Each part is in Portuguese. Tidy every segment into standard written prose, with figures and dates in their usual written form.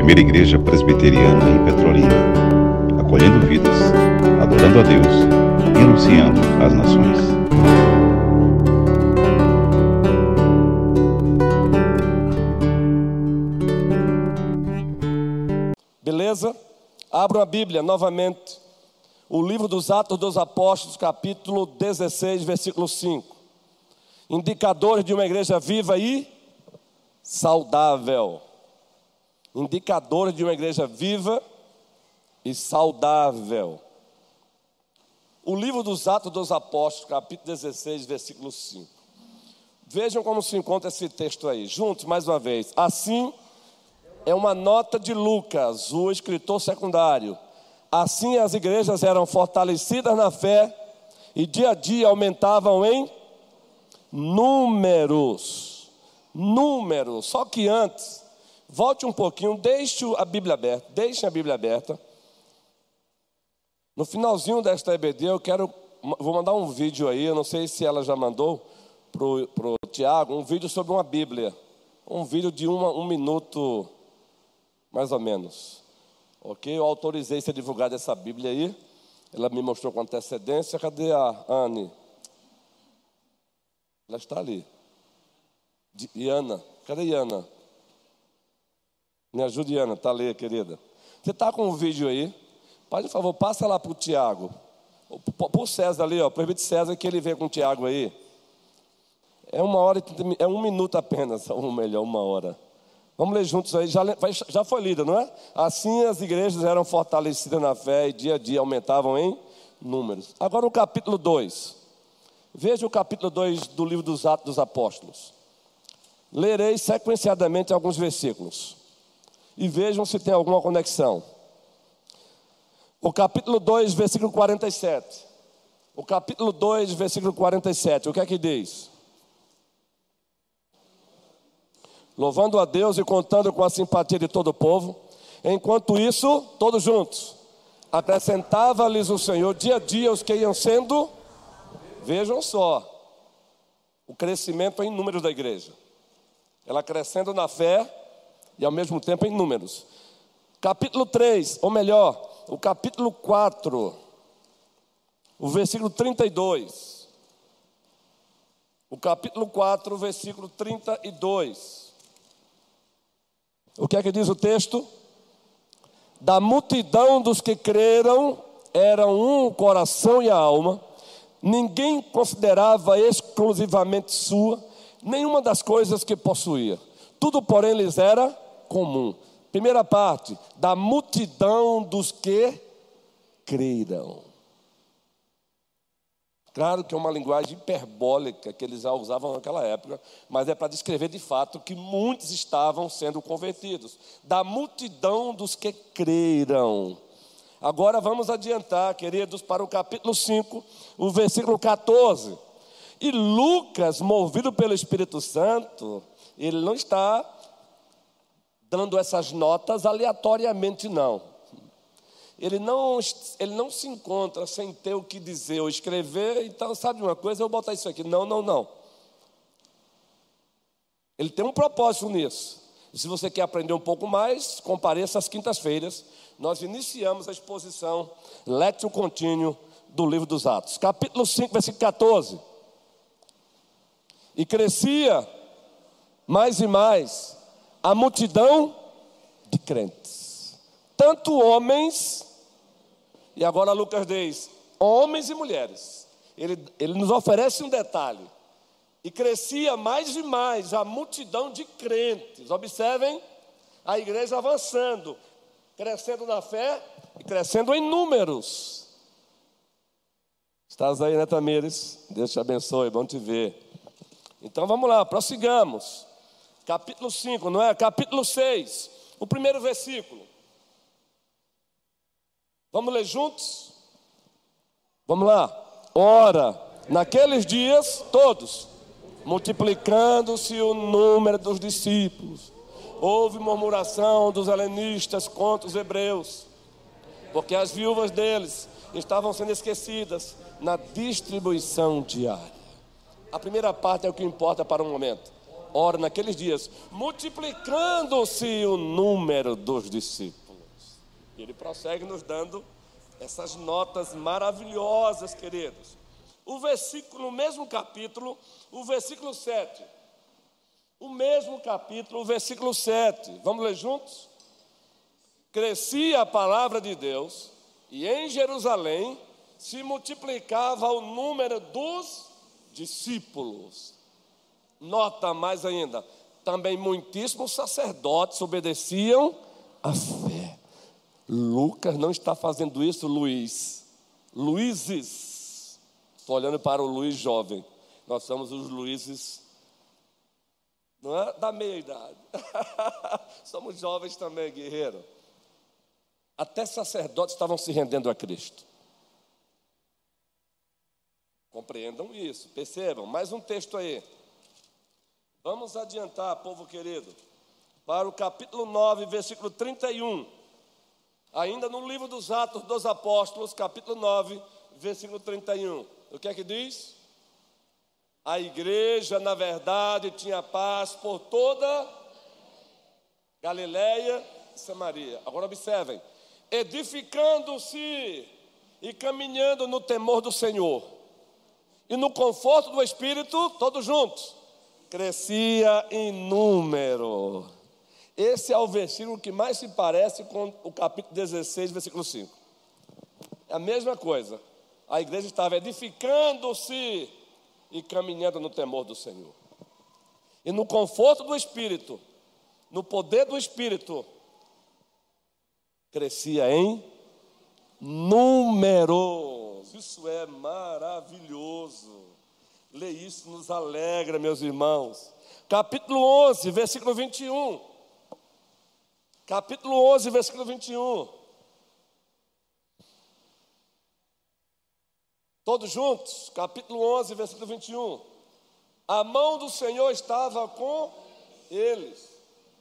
primeira igreja presbiteriana em Petrolina, acolhendo vidas, adorando a Deus e anunciando às nações. Beleza? Abram a Bíblia novamente. O livro dos Atos dos Apóstolos, capítulo 16, versículo 5. Indicadores de uma igreja viva e saudável. Indicadores de uma igreja viva e saudável. O livro dos Atos dos Apóstolos, capítulo 16, versículo 5. Vejam como se encontra esse texto aí. Juntos, mais uma vez. Assim, é uma nota de Lucas, o escritor secundário. Assim as igrejas eram fortalecidas na fé e dia a dia aumentavam em números. Números. Só que antes, volte um pouquinho, deixem a Bíblia aberta. No finalzinho desta EBD vou mandar um vídeo aí, eu não sei se ela já mandou pro Tiago, um vídeo sobre uma Bíblia. Um vídeo de um minuto, mais ou menos. Ok? Eu autorizei ser divulgada essa Bíblia aí. Ela me mostrou com antecedência. Cadê a Anne? Ela está ali. Iana. Cadê Iana? Me ajude, Iana. Está ali, querida. Você está com o vídeo aí? Por favor, passa lá para o Tiago. Para o César ali, ó. Presbítero César, que ele vem com o Tiago aí. É 1h30, é 1 minuto apenas. Ou melhor, 1 hora. Vamos ler juntos aí, já foi lido, não é? Assim as igrejas eram fortalecidas na fé e dia a dia aumentavam em números. Agora o capítulo 2. Veja o capítulo 2 do livro dos Atos dos Apóstolos. Lerei sequenciadamente alguns versículos. E vejam se tem alguma conexão. O capítulo 2, versículo 47. O capítulo 2, versículo 47. O que é que diz? Louvando a Deus e contando com a simpatia de todo o povo. Enquanto isso, todos juntos, acrescentava-lhes o Senhor dia a dia os que iam sendo. Vejam só, o crescimento em números da igreja. Ela crescendo na fé e ao mesmo tempo em números. Capítulo 3, ou melhor, o capítulo 4, o versículo 32. O capítulo 4, versículo 32. O que é que diz o texto? Da multidão dos que creram, eram um coração e a alma. Ninguém considerava exclusivamente sua nenhuma das coisas que possuía. Tudo, porém, lhes era comum. Primeira parte, da multidão dos que creram. Claro que é uma linguagem hiperbólica que eles já usavam naquela época, mas é para descrever de fato que muitos estavam sendo convertidos. Da multidão dos que creram. Agora vamos adiantar, queridos, para o capítulo 5, o versículo 14. E Lucas, movido pelo Espírito Santo, ele não está dando essas notas aleatoriamente, não. Ele não se encontra sem ter o que dizer ou escrever. Então, sabe uma coisa? Eu vou botar isso aqui. Não. Ele tem um propósito nisso. E se você quer aprender um pouco mais, compareça às quintas-feiras. Nós iniciamos a exposição Lectio Contínuo do livro dos Atos. Capítulo 5, versículo 14. E crescia mais e mais a multidão de crentes. Tanto homens... E agora Lucas diz, homens e mulheres. Ele nos oferece um detalhe. E crescia mais e mais a multidão de crentes. Observem a igreja avançando, crescendo na fé e crescendo em números. Estás aí, né, Tamires? Deus te abençoe, bom te ver. Então vamos lá, prossigamos. Capítulo 5, não é? Capítulo 6, o primeiro versículo. Vamos ler juntos? Vamos lá. Ora, naqueles dias, todos, multiplicando-se o número dos discípulos, houve murmuração dos helenistas contra os hebreus, porque as viúvas deles estavam sendo esquecidas na distribuição diária. A primeira parte é o que importa para o momento. Ora, naqueles dias, multiplicando-se o número dos discípulos. E ele prossegue nos dando essas notas maravilhosas, queridos. O versículo, no mesmo capítulo, o versículo 7. O mesmo capítulo, o versículo 7. Vamos ler juntos? Crescia a palavra de Deus, e em Jerusalém se multiplicava o número dos discípulos. Nota mais ainda, também muitíssimos sacerdotes obedeciam à fé. Lucas não está fazendo isso, Luíses. Estou olhando para o Luiz jovem. Nós somos os Luíses, não é? Da meia idade. Somos jovens também, guerreiro. Até sacerdotes estavam se rendendo a Cristo. Compreendam isso, percebam. Mais um texto aí. Vamos adiantar, povo querido, para o capítulo 9, versículo 31. Ainda no livro dos Atos dos Apóstolos, capítulo 9, versículo 31. O que é que diz? A igreja, na verdade, tinha paz por toda Galileia e Samaria. Agora observem. Edificando-se e caminhando no temor do Senhor e no conforto do Espírito, todos juntos, crescia em número. Esse é o versículo que mais se parece com o capítulo 16, versículo 5. É a mesma coisa. A igreja estava edificando-se e caminhando no temor do Senhor. E no conforto do Espírito, no poder do Espírito, crescia em números. Isso é maravilhoso. Ler isso nos alegra, meus irmãos. Capítulo 11, versículo 21. Capítulo 11, versículo 21. Todos juntos? Capítulo 11, versículo 21. A mão do Senhor estava com eles.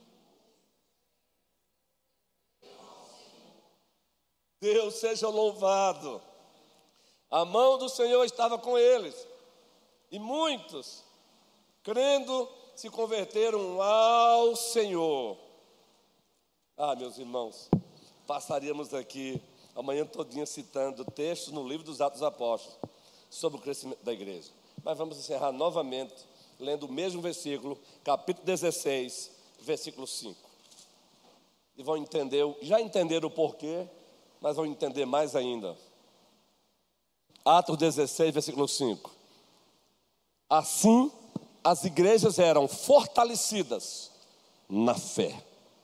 Deus seja louvado. A mão do Senhor estava com eles. E muitos, crendo, se converteram ao Senhor. Ah, meus irmãos, passaríamos aqui amanhã todinha citando textos no livro dos Atos dos Apóstolos sobre o crescimento da igreja. Mas vamos encerrar novamente lendo o mesmo versículo, capítulo 16, versículo 5. E vão entender, já entenderam o porquê, mas vão entender mais ainda. Atos 16, versículo 5. Assim, as igrejas eram fortalecidas na fé.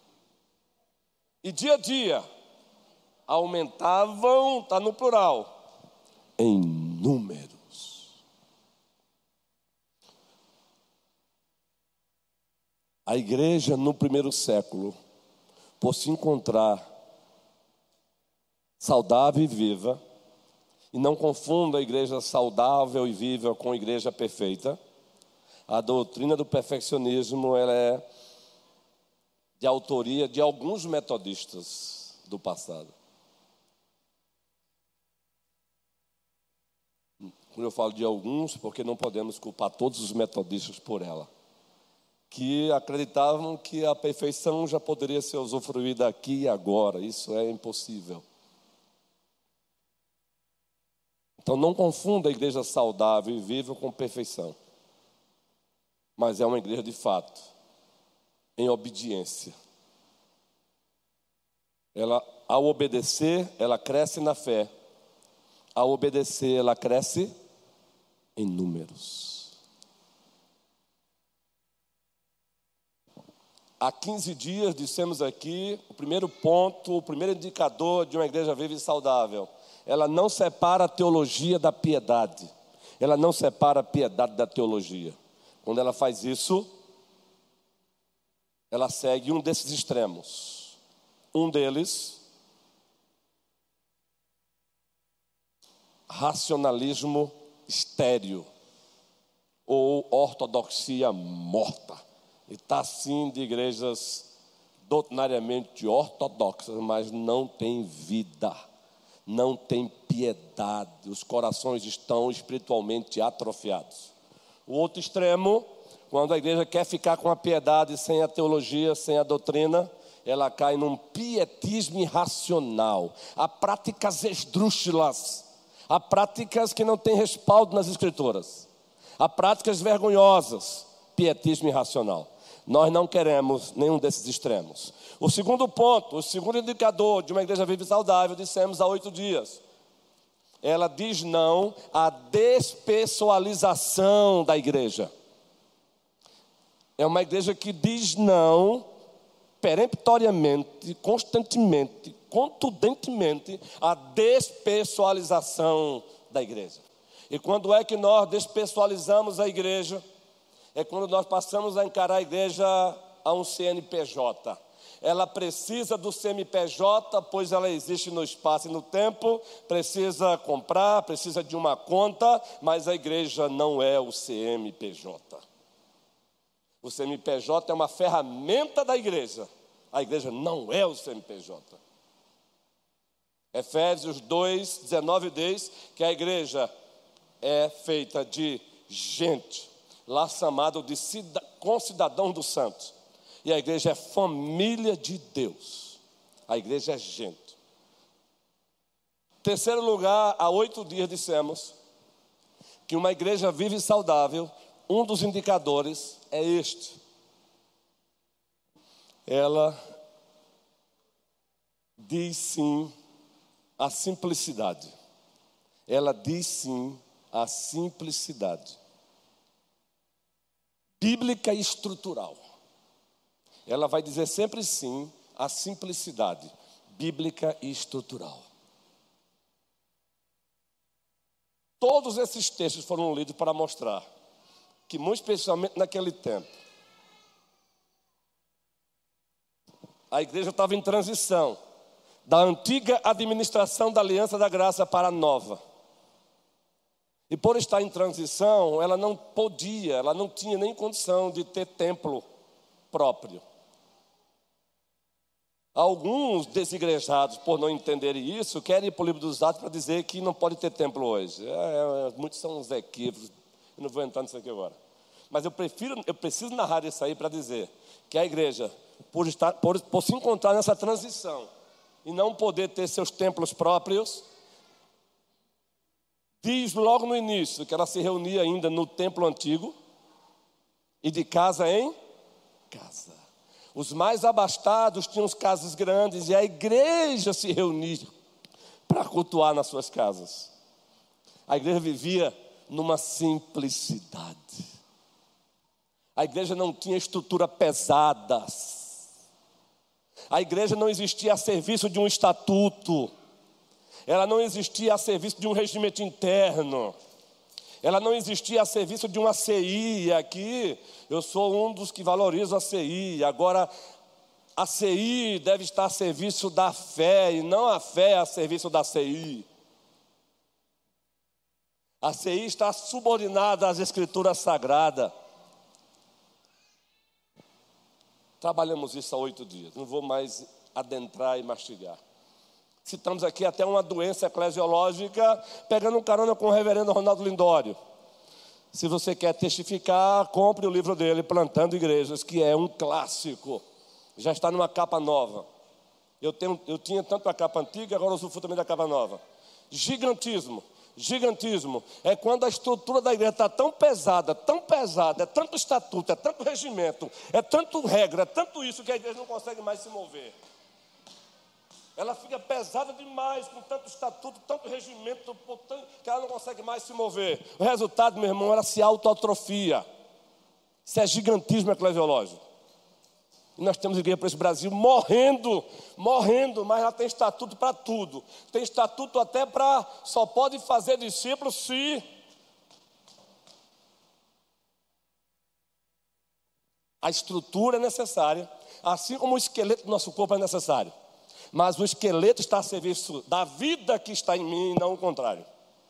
E dia a dia, aumentavam, está no plural, em números. A igreja no primeiro século, por se encontrar saudável e viva, e não confunda a igreja saudável e viva com a igreja perfeita. A doutrina do perfeccionismo, ela é de autoria de alguns metodistas do passado. Quando eu falo de alguns, porque não podemos culpar todos os metodistas por ela, que acreditavam que a perfeição já poderia ser usufruída aqui e agora. Isso é impossível. Então não confunda a igreja saudável e viva com perfeição. Mas é uma igreja de fato, em obediência. Ela, ao obedecer, ela cresce na fé. Ao obedecer, ela cresce em números. Há 15 dias dissemos aqui, o primeiro ponto, o primeiro indicador de uma igreja viva e saudável. Ela não separa a teologia da piedade. Ela não separa a piedade da teologia. Quando ela faz isso, ela segue um desses extremos. Um deles, racionalismo estéril, ou ortodoxia morta. E está assim de igrejas doutrinariamente ortodoxas, mas não tem vida, não tem piedade, os corações estão espiritualmente atrofiados. O outro extremo, Quando a igreja quer ficar com a piedade sem a teologia, sem a doutrina, ela cai num pietismo irracional. Há práticas esdrúxulas, há práticas que não têm respaldo nas escrituras, há práticas vergonhosas, pietismo irracional. Nós não queremos nenhum desses extremos. O segundo ponto, o segundo indicador de uma igreja viva e saudável, dissemos há 8 dias. Ela diz não à despessoalização da igreja. É uma igreja que diz não peremptoriamente, constantemente, contundentemente, à despessoalização da igreja. E quando é que nós despessoalizamos a igreja? É quando nós passamos a encarar a igreja a um CNPJ. Ela precisa do CNPJ, pois ela existe no espaço e no tempo, precisa comprar, precisa de uma conta, mas a igreja não é o CNPJ. O CNPJ é uma ferramenta da igreja. A igreja não é o CNPJ. Efésios 2, 19 diz que a igreja é feita de gente, lá chamado de concidadão dos santos. E a igreja é família de Deus. A igreja é gente. Terceiro lugar, há 8 dias dissemos que uma igreja viva e saudável, um dos indicadores é este. Ela diz sim à simplicidade. Ela diz sim à simplicidade bíblica e estrutural. Ela vai dizer sempre sim à simplicidade bíblica e estrutural. Todos esses textos foram lidos para mostrar que, muito especialmente naquele tempo, a igreja estava em transição da antiga administração da aliança da graça para a nova. E por estar em transição, ela não podia, ela não tinha nem condição de ter templo próprio. Alguns desigrejados, por não entenderem isso, querem ir para o livro dos Atos para dizer que não pode ter templo hoje. Muitos são uns equívocos, eu não vou entrar nisso aqui agora. Mas eu preciso narrar isso aí para dizer que a igreja, por se encontrar nessa transição e não poder ter seus templos próprios, diz logo no início que ela se reunia ainda no templo antigo e de casa em casa. Os mais abastados tinham as casas grandes e a igreja se reunia para cultuar nas suas casas. A igreja vivia numa simplicidade. A igreja não tinha estrutura pesada. A igreja não existia a serviço de um estatuto. Ela não existia a serviço de um regimento interno. Ela não existia a serviço de uma CI. E aqui eu sou um dos que valoriza a CI. Agora, a CI deve estar a serviço da fé e não a fé a serviço da CI. A CI está subordinada às escrituras sagradas. Trabalhamos isso há 8 dias. Não vou mais adentrar e mastigar. Citamos aqui até uma doença eclesiológica, pegando um carona com o reverendo Ronaldo Lindório. Se você quer testificar, compre o livro dele, Plantando Igrejas, que é um clássico. Já está numa capa nova. Eu tinha tanto a capa antiga, agora eu usufruo também da capa nova. Gigantismo. Gigantismo é quando a estrutura da igreja está tão pesada, é tanto estatuto, é tanto regimento, é tanto regra, é tanto isso que a igreja não consegue mais se mover. Ela fica pesada demais com tanto estatuto, tanto regimento, que ela não consegue mais se mover. O resultado, meu irmão, ela se autoatrofia. Isso é gigantismo eclesiológico. E nós temos igreja para esse Brasil morrendo, mas ela tem estatuto para tudo. Tem estatuto até para, só pode fazer discípulos se a estrutura é necessária, assim como o esqueleto do nosso corpo é necessário. Mas o esqueleto está a serviço da vida que está em mim e não o contrário.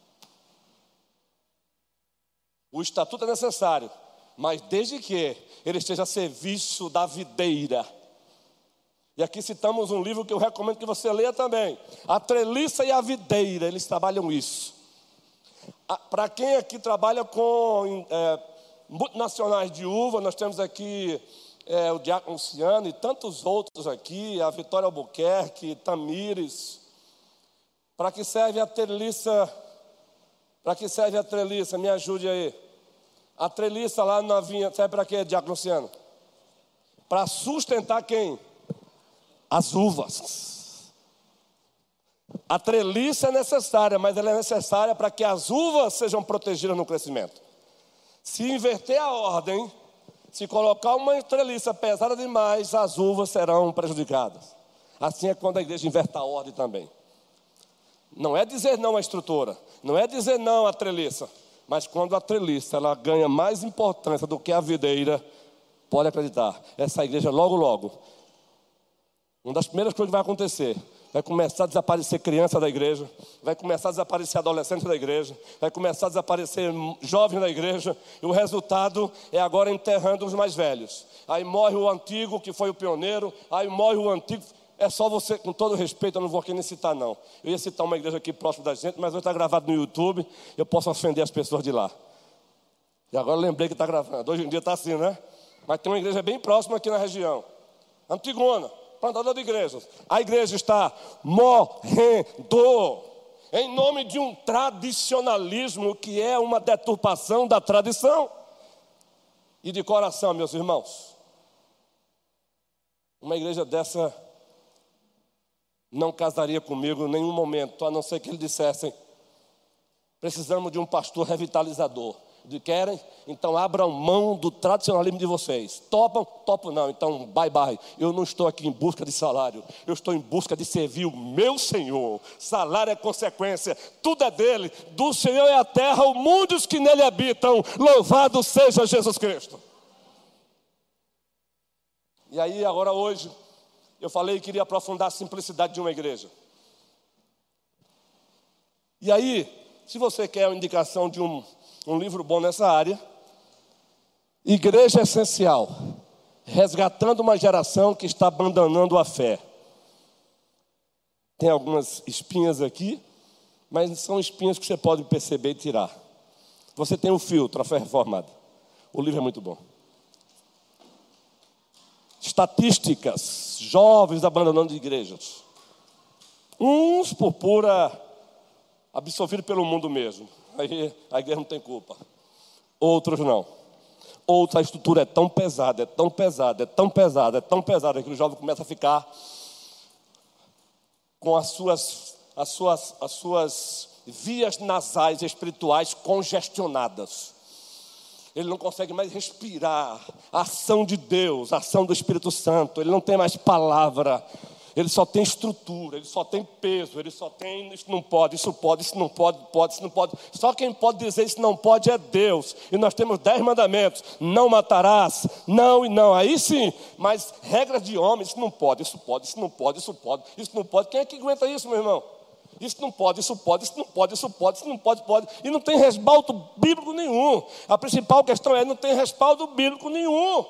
O estatuto é necessário, mas desde que ele esteja a serviço da videira. E aqui citamos um livro que eu recomendo que você leia também. A Treliça e a Videira, eles trabalham isso. Para quem aqui trabalha com multinacionais de uva. Nós temos aqui o Diácono Luciano e tantos outros aqui, a Vitória Albuquerque, Tamires. Para que serve a treliça? Para que serve a treliça? Me ajude aí. A treliça lá na vinha serve para quê, Diácono Luciano? Para sustentar quem? As uvas. A treliça é necessária, mas ela é necessária para que as uvas sejam protegidas no crescimento. Se inverter a ordem, se colocar uma treliça pesada demais, as uvas serão prejudicadas. Assim é quando a igreja inverte a ordem também. Não é dizer não à estrutura, não é dizer não à treliça, mas quando a treliça ela ganha mais importância do que a videira, pode acreditar, essa igreja logo, uma das primeiras coisas que vai acontecer, vai começar a desaparecer criança da igreja, vai começar a desaparecer adolescente da igreja, vai começar a desaparecer jovens da igreja, e o resultado é agora enterrando os mais velhos. Aí morre o antigo, que foi o pioneiro, aí morre o antigo. É só você, com todo respeito, eu não vou aqui nem citar não. Eu ia citar uma igreja aqui próximo da gente, mas hoje está gravado no YouTube, eu posso ofender as pessoas de lá. E agora eu lembrei que está gravando, hoje em dia está assim, né? Mas tem uma igreja bem próxima aqui na região, Antigona, plantador de igrejas. A igreja está morrendo em nome de um tradicionalismo que é uma deturpação da tradição. E de coração, meus irmãos, uma igreja dessa não casaria comigo em nenhum momento, a não ser que eles dissessem: precisamos de um pastor revitalizador. De querem? Então abram mão do tradicionalismo de vocês. Topam? Topo não, então bye bye. Eu não estou aqui em busca de salário, eu estou em busca de servir o meu Senhor. Salário é consequência, tudo é dele. Do Senhor é a terra, o mundo e os que nele habitam. Louvado seja Jesus Cristo. E aí agora hoje eu falei que queria aprofundar a simplicidade de uma igreja. E aí, se você quer uma indicação de um livro bom nessa área, Igreja Essencial, resgatando uma geração que está abandonando a fé. Tem algumas espinhas aqui, mas são espinhas que você pode perceber e tirar. Você tem o filtro, a fé reformada. O livro é muito bom. Estatísticas, jovens abandonando igrejas. Uns por pura, absorvido pelo mundo mesmo. Aí a igreja não tem culpa. Outros não. Outros a estrutura é tão pesada, que o jovem começa a ficar com as suas vias nasais espirituais congestionadas. Ele não consegue mais respirar a ação de Deus, a ação do Espírito Santo. Ele não tem mais palavra. Ele só tem estrutura, ele só tem peso, ele só tem isso não pode, isso pode, isso não pode, isso não pode. Só quem pode dizer isso não pode é Deus. E nós temos 10 mandamentos: não matarás, não e não. Aí sim, mas regras de homem, isso não pode, isso pode, isso não pode, isso pode, isso não pode. Quem é que aguenta isso, meu irmão? Isso não pode, isso pode, isso não pode, isso pode, isso não pode, pode. E não tem respaldo bíblico nenhum. A principal questão é: não tem respaldo bíblico nenhum.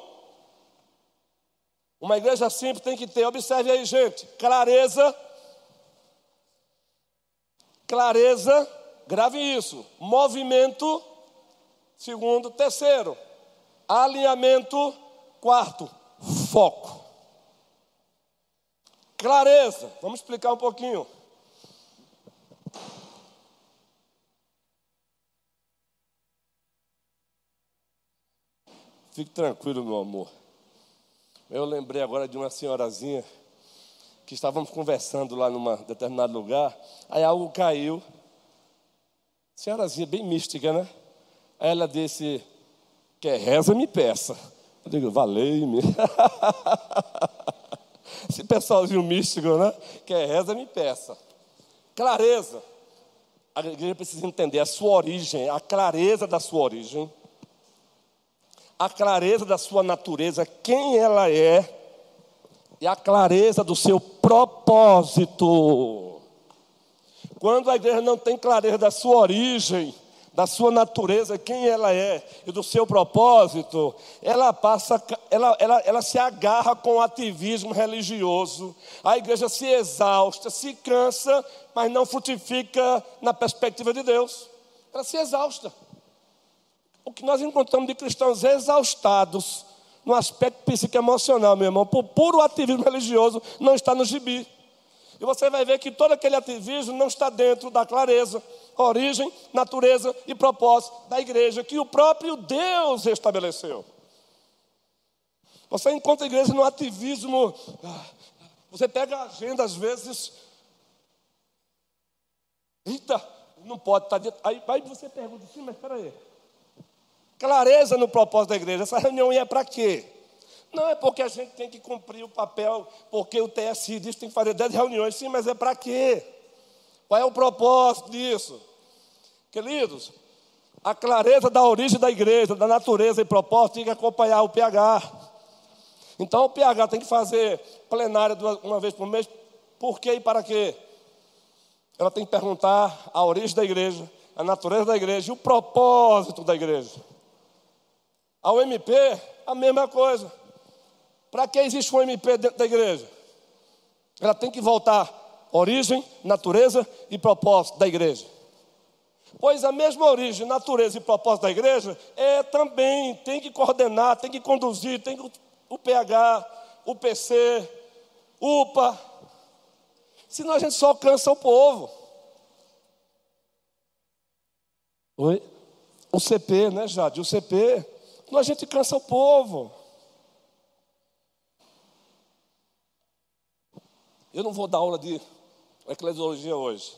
Uma igreja simples tem que ter, observe aí, gente, clareza, grave isso, movimento, segundo, terceiro, alinhamento, quarto, foco. Clareza, vamos explicar um pouquinho. Fique tranquilo, meu amor. Eu lembrei agora de uma senhorazinha que estávamos conversando lá num determinado lugar, aí algo caiu. Senhorazinha bem mística, né? Aí ela disse: quer reza, me peça. Eu digo: valei-me. Esse pessoalzinho místico, né? Quer reza, me peça. Clareza. A igreja precisa entender a sua origem, a clareza da sua origem. A clareza da sua natureza, quem ela é, e a clareza do seu propósito. Quando a igreja não tem clareza da sua origem, da sua natureza, quem ela é e do seu propósito, ela se agarra com o ativismo religioso. A igreja se exausta, se cansa, mas não frutifica na perspectiva de Deus. Ela se exausta. O que nós encontramos de cristãos exaustados no aspecto psicoemocional, meu irmão, por puro ativismo religioso, não está no gibi. E você vai ver que todo aquele ativismo não está dentro da clareza, origem, natureza e propósito da igreja, que o próprio Deus estabeleceu. Você encontra a igreja no ativismo. Você pega a agenda às vezes. Eita, não pode estar dentro. Aí você pergunta assim, mas espera aí. Clareza no propósito da igreja. Essa reunião é para quê? Não é porque a gente tem que cumprir o papel, porque o TSI diz que tem que fazer 10 reuniões. Sim, mas é para quê? Qual é o propósito disso? Queridos, a clareza da origem da igreja, da natureza e propósito tem que acompanhar o PH. Então o PH tem que fazer plenária uma vez por mês. Por quê e para quê? Ela tem que perguntar a origem da igreja, a natureza da igreja e o propósito da igreja. A UMP, a mesma coisa. Para que existe um MP dentro da igreja? Ela tem que voltar origem, natureza e propósito da igreja. Pois a mesma origem, natureza e propósito da igreja também tem que coordenar, tem que conduzir, tem que o PH, o PC, UPA. Senão a gente só cansa o povo. Oi? O CP, né, Jade? O CP. Senão a gente cansa o povo. Eu não vou dar aula de eclesiologia hoje.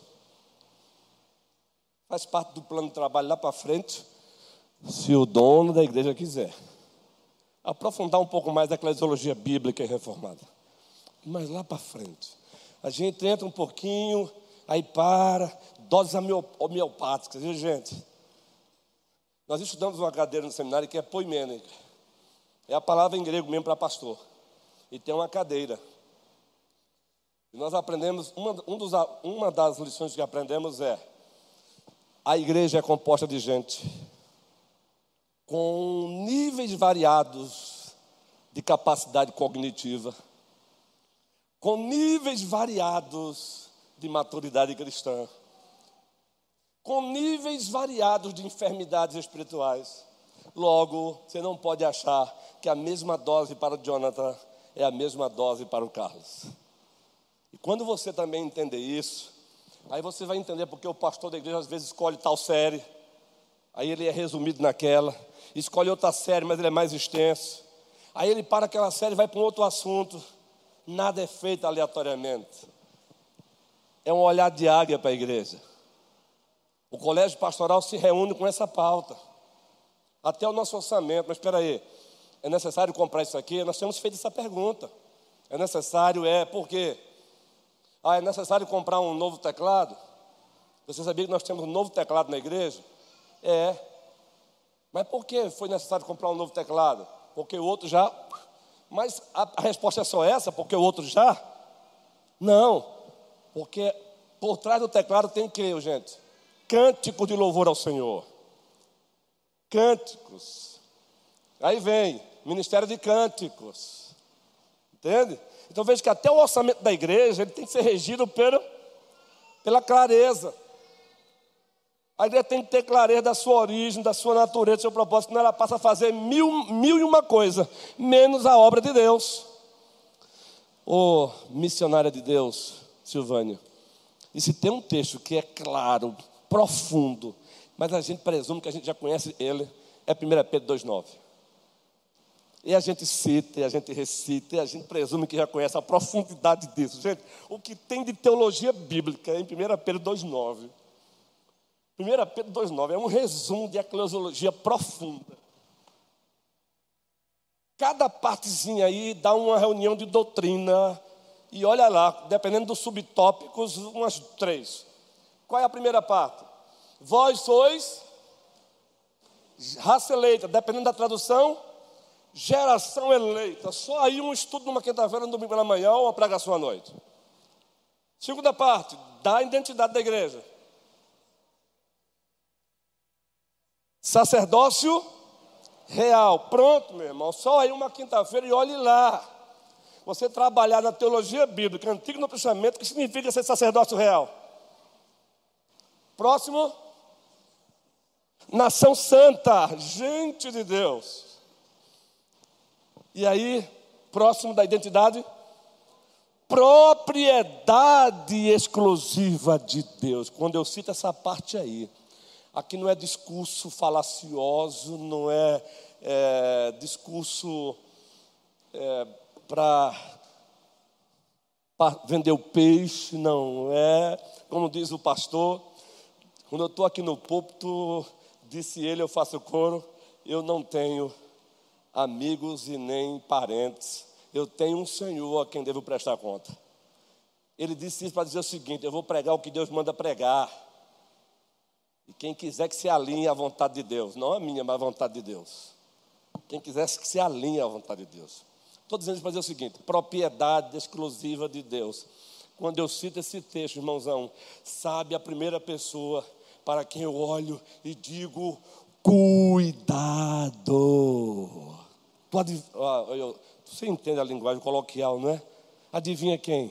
Faz parte do plano de trabalho lá para frente, se o dono da igreja quiser. Aprofundar um pouco mais da eclesiologia bíblica e reformada. Mas lá para frente. A gente entra um pouquinho, aí para, doses homeopáticas, viu, gente? Nós estudamos uma cadeira no seminário que é poimênica. É a palavra em grego mesmo para pastor. E tem uma cadeira. E nós aprendemos, uma das lições que aprendemos é: a igreja é composta de gente com níveis variados de capacidade cognitiva, com níveis variados de maturidade cristã, com níveis variados de enfermidades espirituais. Logo, você não pode achar que a mesma dose para o Jonathan é a mesma dose para o Carlos. E quando você também entender isso, aí você vai entender porque o pastor da igreja às vezes escolhe tal série, aí ele é resumido naquela, escolhe outra série, mas ele é mais extenso. Aí ele para aquela série e vai para um outro assunto. Nada é feito aleatoriamente. É um olhar de águia para a igreja. O colégio pastoral se reúne com essa pauta. Até o nosso orçamento. Mas espera aí, é necessário comprar isso aqui? Nós temos feito essa pergunta. É necessário? Por quê? É necessário comprar um novo teclado? Você sabia que nós temos um novo teclado na igreja? Mas por que foi necessário comprar um novo teclado? Porque o outro já... Mas a resposta é só essa? Porque o outro já? Não. Porque por trás do teclado tem o que, gente? Cântico de louvor ao Senhor. Cânticos. Aí vem, Ministério de Cânticos. Entende? Então veja que até o orçamento da igreja ele tem que ser regido pela clareza. A igreja tem que ter clareza da sua origem, da sua natureza, do seu propósito, senão ela passa a fazer mil e uma coisa, menos a obra de Deus. Ô, missionária de Deus, Silvânia, e se tem um texto que é claro, profundo, mas a gente presume que a gente já conhece ele, é 1 Pedro 2,9. E a gente cita, e a gente recita, e a gente presume que já conhece a profundidade disso. Gente, o que tem de teologia bíblica é em 1 Pedro 2,9. 1 Pedro 2,9 é um resumo de eclesiologia profunda. Cada partezinha aí dá uma reunião de doutrina. E olha lá, dependendo dos subtópicos, umas 3. Qual é a primeira parte? Vós sois raça eleita, dependendo da tradução, geração eleita. Só aí um estudo numa quinta-feira, no domingo pela manhã, ou uma pregação à noite. Segunda parte, da identidade da igreja. Sacerdócio real. Pronto, meu irmão. Só aí uma quinta-feira e olhe lá. Você trabalhar na teologia bíblica, Antigo no Testamento, que significa ser sacerdócio real. Próximo. nação santa, gente de Deus. E aí, próximo da identidade, propriedade exclusiva de Deus. Quando eu cito essa parte aí, aqui não é discurso falacioso, não é discurso para vender o peixe, não é, como diz o pastor, quando eu estou aqui no púlpito, disse ele, eu faço coro, eu não tenho amigos e nem parentes, eu tenho um Senhor a quem devo prestar conta. Ele disse isso para dizer o seguinte: eu vou pregar o que Deus manda pregar, e quem quiser que se alinhe à vontade de Deus, não a minha, mas a vontade de Deus. Quem quiser que se alinhe à vontade de Deus. Estou dizendo para dizer o seguinte: propriedade exclusiva de Deus. Quando eu cito esse texto, irmãozão, sabe a primeira pessoa para quem eu olho e digo: cuidado. Você entende a linguagem coloquial, não é? Adivinha quem?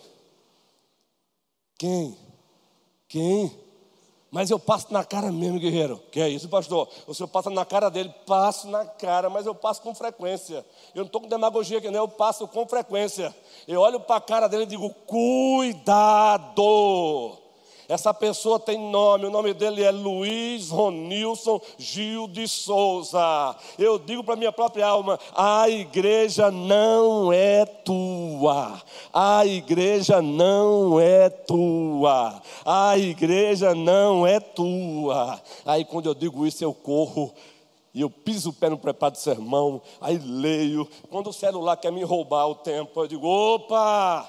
Quem? Mas eu passo na cara mesmo, guerreiro. Que é isso, pastor? O senhor passa na cara dele? Passo na cara, mas eu passo com frequência. Eu não estou com demagogia aqui, não, eu passo com frequência. Eu olho para a cara dele e digo: cuidado. Essa pessoa tem nome, o nome dele é Luiz Ronilson Gil de Souza. Eu digo para minha própria alma: a igreja não é tua. A igreja não é tua. A igreja não é tua. Aí quando eu digo isso, eu corro e eu piso o pé no preparo do sermão, aí leio. Quando o celular quer me roubar o tempo, eu digo: opa,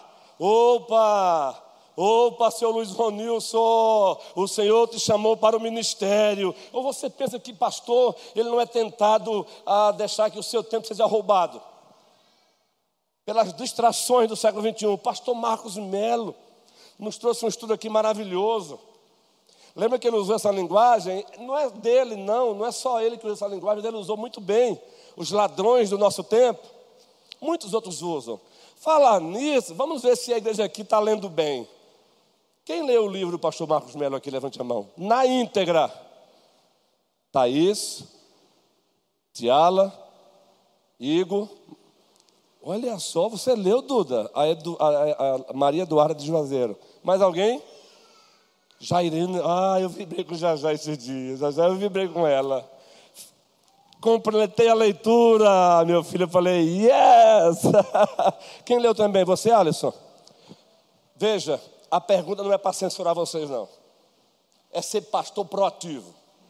seu Luiz Ronilson, o Senhor te chamou para o ministério. Ou você pensa que pastor, ele não é tentado a deixar que o seu tempo seja roubado pelas distrações do século XXI. O pastor Marcos Melo nos trouxe um estudo aqui maravilhoso. Lembra que ele usou essa linguagem? Não é dele, não é só ele que usa essa linguagem, mas ele usou muito bem. Os ladrões do nosso tempo, muitos outros usam. Falar nisso, vamos ver se a igreja aqui está lendo bem. Quem leu o livro do pastor Marcos Melo aqui? Levante a mão. Na íntegra. Thaís, Tiala, Igor. Olha só, você leu, Duda? A Maria Eduarda de Juazeiro. Mais alguém? Jairine. Eu vibrei com Jajá esses dias. Jajá, eu vibrei com ela. Completei a leitura, meu filho. Eu falei: yes! Quem leu também? Você, Alisson? Veja, a pergunta não é para censurar vocês, não. É ser pastor proativo.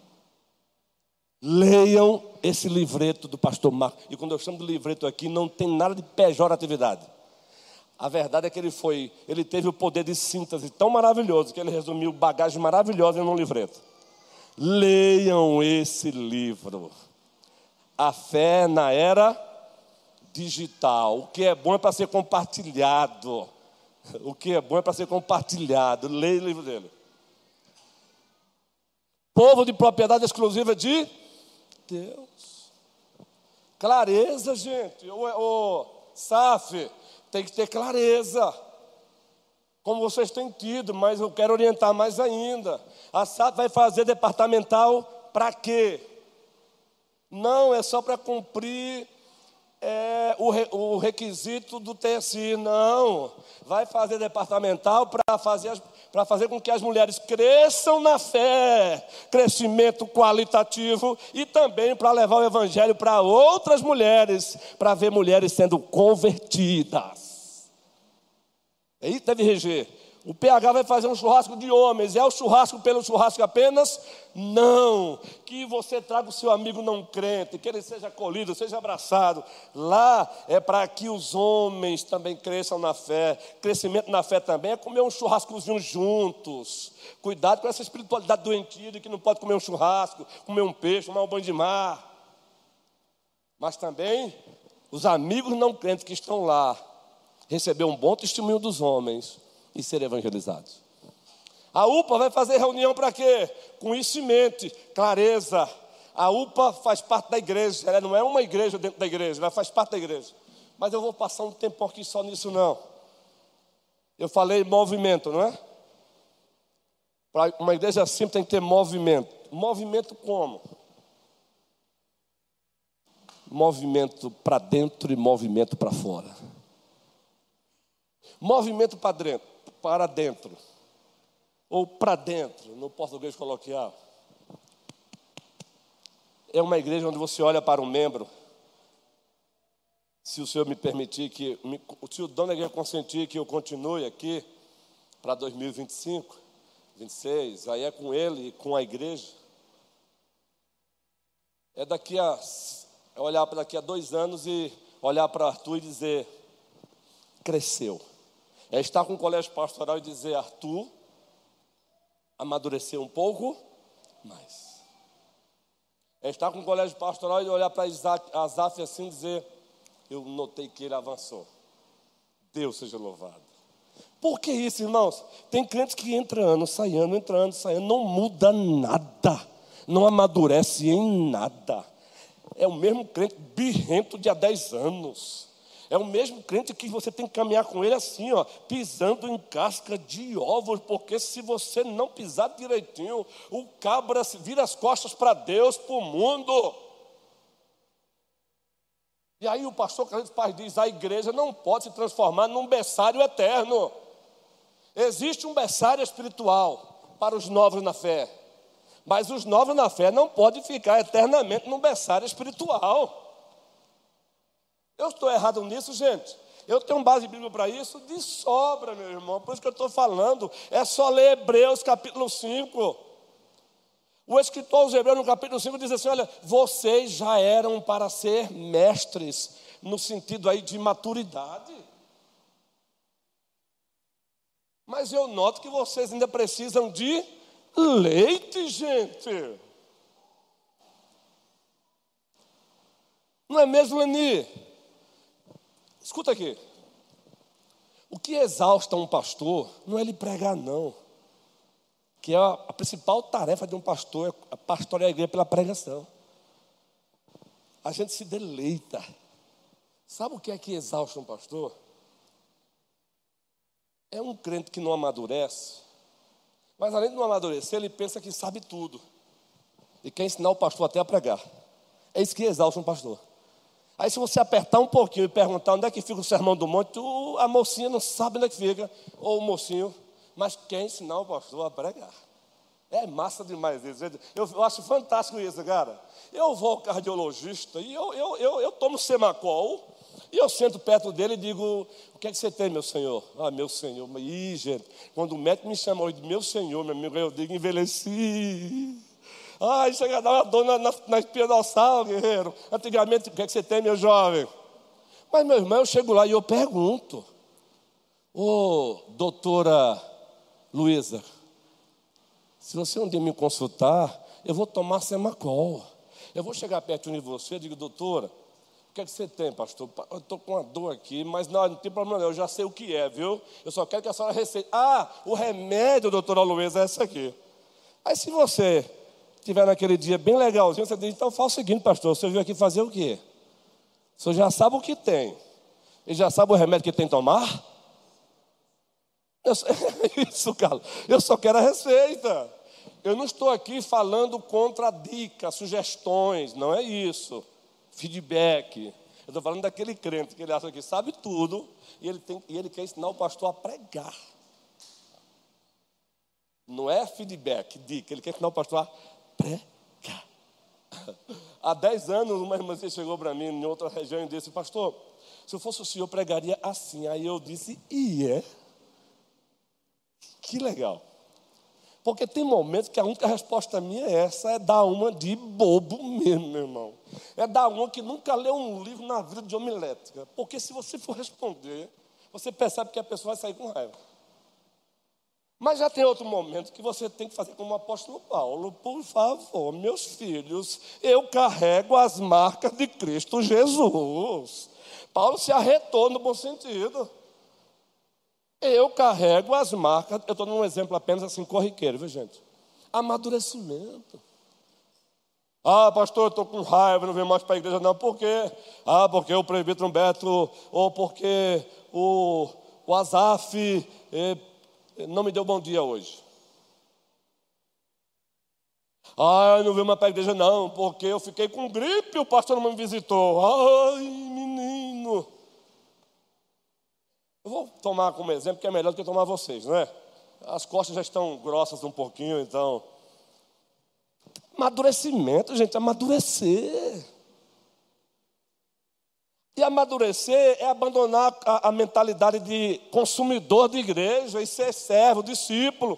Leiam esse livreto do pastor Marcos. E quando eu chamo de livreto aqui, não tem nada de pejoratividade. A verdade é que ele teve o poder de síntese tão maravilhoso que ele resumiu bagagem maravilhosa em um livreto. Leiam esse livro. A fé na era digital. O que é bom é para ser compartilhado. O que é bom é para ser compartilhado. Leia o livro dele. Povo de propriedade exclusiva de Deus. Clareza, gente. SAF, tem que ter clareza. Como vocês têm tido, mas eu quero orientar mais ainda. A SAF vai fazer departamental para quê? Não é só para cumprir o requisito do TSI, não. Vai fazer departamental para fazer com que as mulheres cresçam na fé, crescimento qualitativo, e também para levar o evangelho para outras mulheres, para ver mulheres sendo convertidas. Aí deve reger. O PH vai fazer um churrasco de homens. É o churrasco pelo churrasco apenas? Não. Que você traga o seu amigo não crente, que ele seja acolhido, seja abraçado. Lá é para que os homens também cresçam na fé. Crescimento na fé também é comer um churrascozinho juntos. Cuidado com essa espiritualidade doentia de que não pode comer um churrasco, comer um peixe, tomar um banho de mar. Mas também os amigos não crentes que estão lá receber um bom testemunho dos homens e ser evangelizados. A UPA vai fazer reunião para quê? Conhecimento, clareza. A UPA faz parte da igreja. Ela não é uma igreja dentro da igreja, ela faz parte da igreja. Mas eu vou passar um tempo aqui só nisso, não. Eu falei movimento, não é? Para uma igreja assim tem que ter movimento. Movimento como? movimento para dentro e movimento para fora. Movimento para dentro, ou para dentro, no português coloquial. É uma igreja onde você olha para um membro, se o Senhor me permitir, se o dono da igreja consentir que eu continue aqui para 2025, 26, aí é com ele e com a igreja. É olhar para daqui a 2 anos e olhar para Arthur e dizer, cresceu. É estar com o colégio pastoral e dizer, Arthur, amadureceu um pouco mais. É estar com o colégio pastoral e olhar para Asaf assim e dizer, eu notei que ele avançou. Deus seja louvado. Por que isso, irmãos? Tem crentes que entra ano, sai ano, não muda nada, não amadurece em nada. É o mesmo crente birrento de há 10 anos. É o mesmo crente que você tem que caminhar com ele assim, ó, pisando em casca de ovos, porque se você não pisar direitinho, o cabra vira as costas para Deus, para o mundo. E aí o pastor Carlos Paz diz, a igreja não pode se transformar num berçário eterno. Existe um berçário espiritual para os novos na fé, mas os novos na fé não podem ficar eternamente num berçário espiritual. Eu estou errado nisso, gente? Eu tenho base bíblica para isso? De sobra, meu irmão. Por isso que eu estou falando. É só ler Hebreus capítulo 5. O escritor aos Hebreus no capítulo 5 diz assim, olha, vocês já eram para ser mestres, no sentido aí de maturidade. Mas eu noto que vocês ainda precisam de leite, gente. Não é mesmo, Leni? Escuta aqui. O que exausta um pastor não é ele pregar, não. Que é a principal tarefa de um pastor, é pastorear a igreja pela pregação. A gente se deleita. Sabe o que é que exausta um pastor? É um crente que não amadurece, mas além de não amadurecer, ele pensa que sabe tudo. E quer ensinar o pastor até a pregar. É isso que exausta um pastor. Aí se você apertar um pouquinho e perguntar onde é que fica o sermão do monte, a mocinha não sabe onde é que fica, ou o mocinho, mas quer ensinar o pastor a pregar. É massa demais isso. Eu acho fantástico isso, cara. Eu vou ao cardiologista e eu tomo Semacol, e eu sento perto dele e digo, o que é que você tem, meu senhor? Ah, meu senhor. Ih, gente, quando o médico me chama de meu senhor, meu amigo, eu digo, envelheci. Ai, chega a dar uma dor na espinha dorsal, guerreiro. Antigamente, o que é que você tem, meu jovem? Mas, meu irmão, eu chego lá e eu pergunto, doutora Luísa, se você um dia me consultar, eu vou tomar Semacol. Eu vou chegar perto de você e digo, doutora, o que é que você tem, pastor? Eu estou com uma dor aqui, mas não tem problema não, eu já sei o que é, viu? Eu só quero que a senhora receite. Ah, o remédio, doutora Luísa, é esse aqui. Aí se você estiver naquele dia bem legalzinho, você diz, então fala o seguinte, pastor, você veio aqui fazer o quê? O senhor já sabe o que tem. E já sabe o remédio que tem que tomar? Isso, Carlos. Eu só quero a receita. Eu não estou aqui falando contra dicas, sugestões, não é isso. Feedback. Eu estou falando daquele crente que ele acha que sabe tudo e ele quer ensinar o pastor a pregar. Não é feedback, dica. Ele quer ensinar o pastor a pregar. Há 10 anos, uma irmãzinha chegou para mim em outra região e disse, pastor, se eu fosse o senhor, eu pregaria assim. Aí eu disse, que legal. Porque tem momentos que a única resposta minha é essa, é dar uma de bobo mesmo, meu irmão. É dar uma que nunca leu um livro na vida de homilética. Porque se você for responder, você percebe que a pessoa vai sair com raiva. Mas já tem outro momento que você tem que fazer como o apóstolo Paulo. Por favor, meus filhos, eu carrego as marcas de Cristo Jesus. Paulo se arretou no bom sentido. Eu carrego as marcas, eu estou dando um exemplo apenas assim, corriqueiro, viu gente? Amadurecimento. Ah, pastor, eu estou com raiva, não venho mais para a igreja não, por quê? Ah, porque o presbítero Beto, ou porque o Asaf não me deu bom dia hoje. Ah, eu não vim mais para a igreja não, porque eu fiquei com gripe e o pastor não me visitou. Ai, menino. Eu vou tomar como exemplo, que é melhor do que tomar vocês, não é? As costas já estão grossas um pouquinho, então... Amadurecimento, gente, amadurecer. E amadurecer é abandonar a mentalidade de consumidor de igreja e ser servo, discípulo.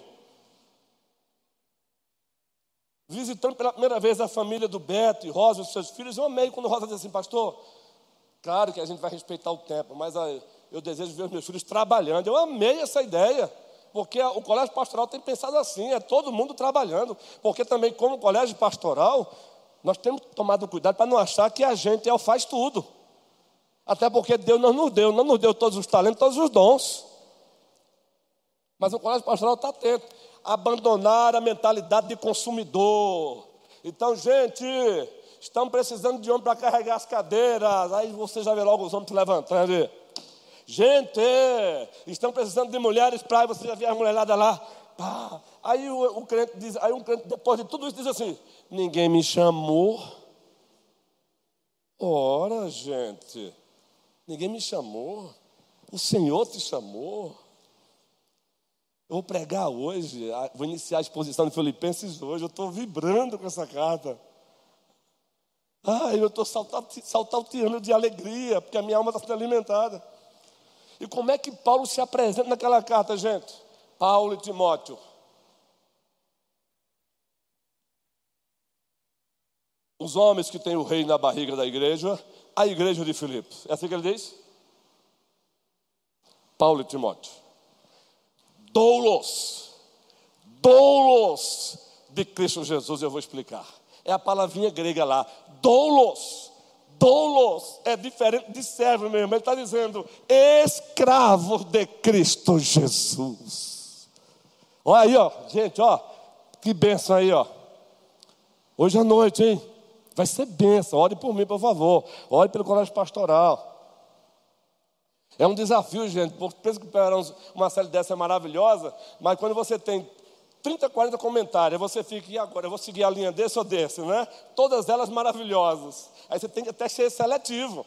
Visitando pela primeira vez a família do Beto e Rosa e os seus filhos, eu amei quando Rosa disse assim, pastor, claro que a gente vai respeitar o tempo, mas eu desejo ver os meus filhos trabalhando. Eu amei essa ideia, porque o colégio pastoral tem pensado assim, é todo mundo trabalhando, porque também como colégio pastoral, nós temos tomado cuidado para não achar que a gente faz tudo. Até porque Deus não nos deu todos os talentos, todos os dons. Mas o colégio pastoral está atento a abandonar a mentalidade de consumidor. Então, gente, estamos precisando de homem para carregar as cadeiras. Aí você já vê logo os homens se levantando. Gente, estão precisando de mulheres para... Aí você já vê as mulheradas lá. Pá. Aí o crente diz, aí um crente, depois de tudo isso, diz assim: ninguém me chamou. Ora, gente, ninguém me chamou. O Senhor te chamou. Eu vou pregar hoje, vou iniciar a exposição de Filipenses hoje. Eu estou vibrando com essa carta. Eu estou saltando de alegria, porque a minha alma está sendo alimentada. E como é que Paulo se apresenta naquela carta, gente? Paulo e Timóteo. Os homens que têm o rei na barriga da igreja, a igreja de Filipos. É assim que ele diz? Paulo e Timóteo. Doulos de Cristo Jesus, eu vou explicar. É a palavrinha grega lá, doulos é diferente de servo mesmo. Ele está dizendo, escravos de Cristo Jesus. Olha aí, ó, gente, ó, que bênção aí, ó. Hoje à noite, hein? Vai ser bênção, ore por mim, por favor. Ore pelo colégio pastoral. É um desafio, gente, porque pensa que uma série dessa é maravilhosa, mas quando você tem 30, 40 comentários, você fica, e agora? Eu vou seguir a linha desse ou desse, né? Todas elas maravilhosas. Aí você tem que até ser seletivo.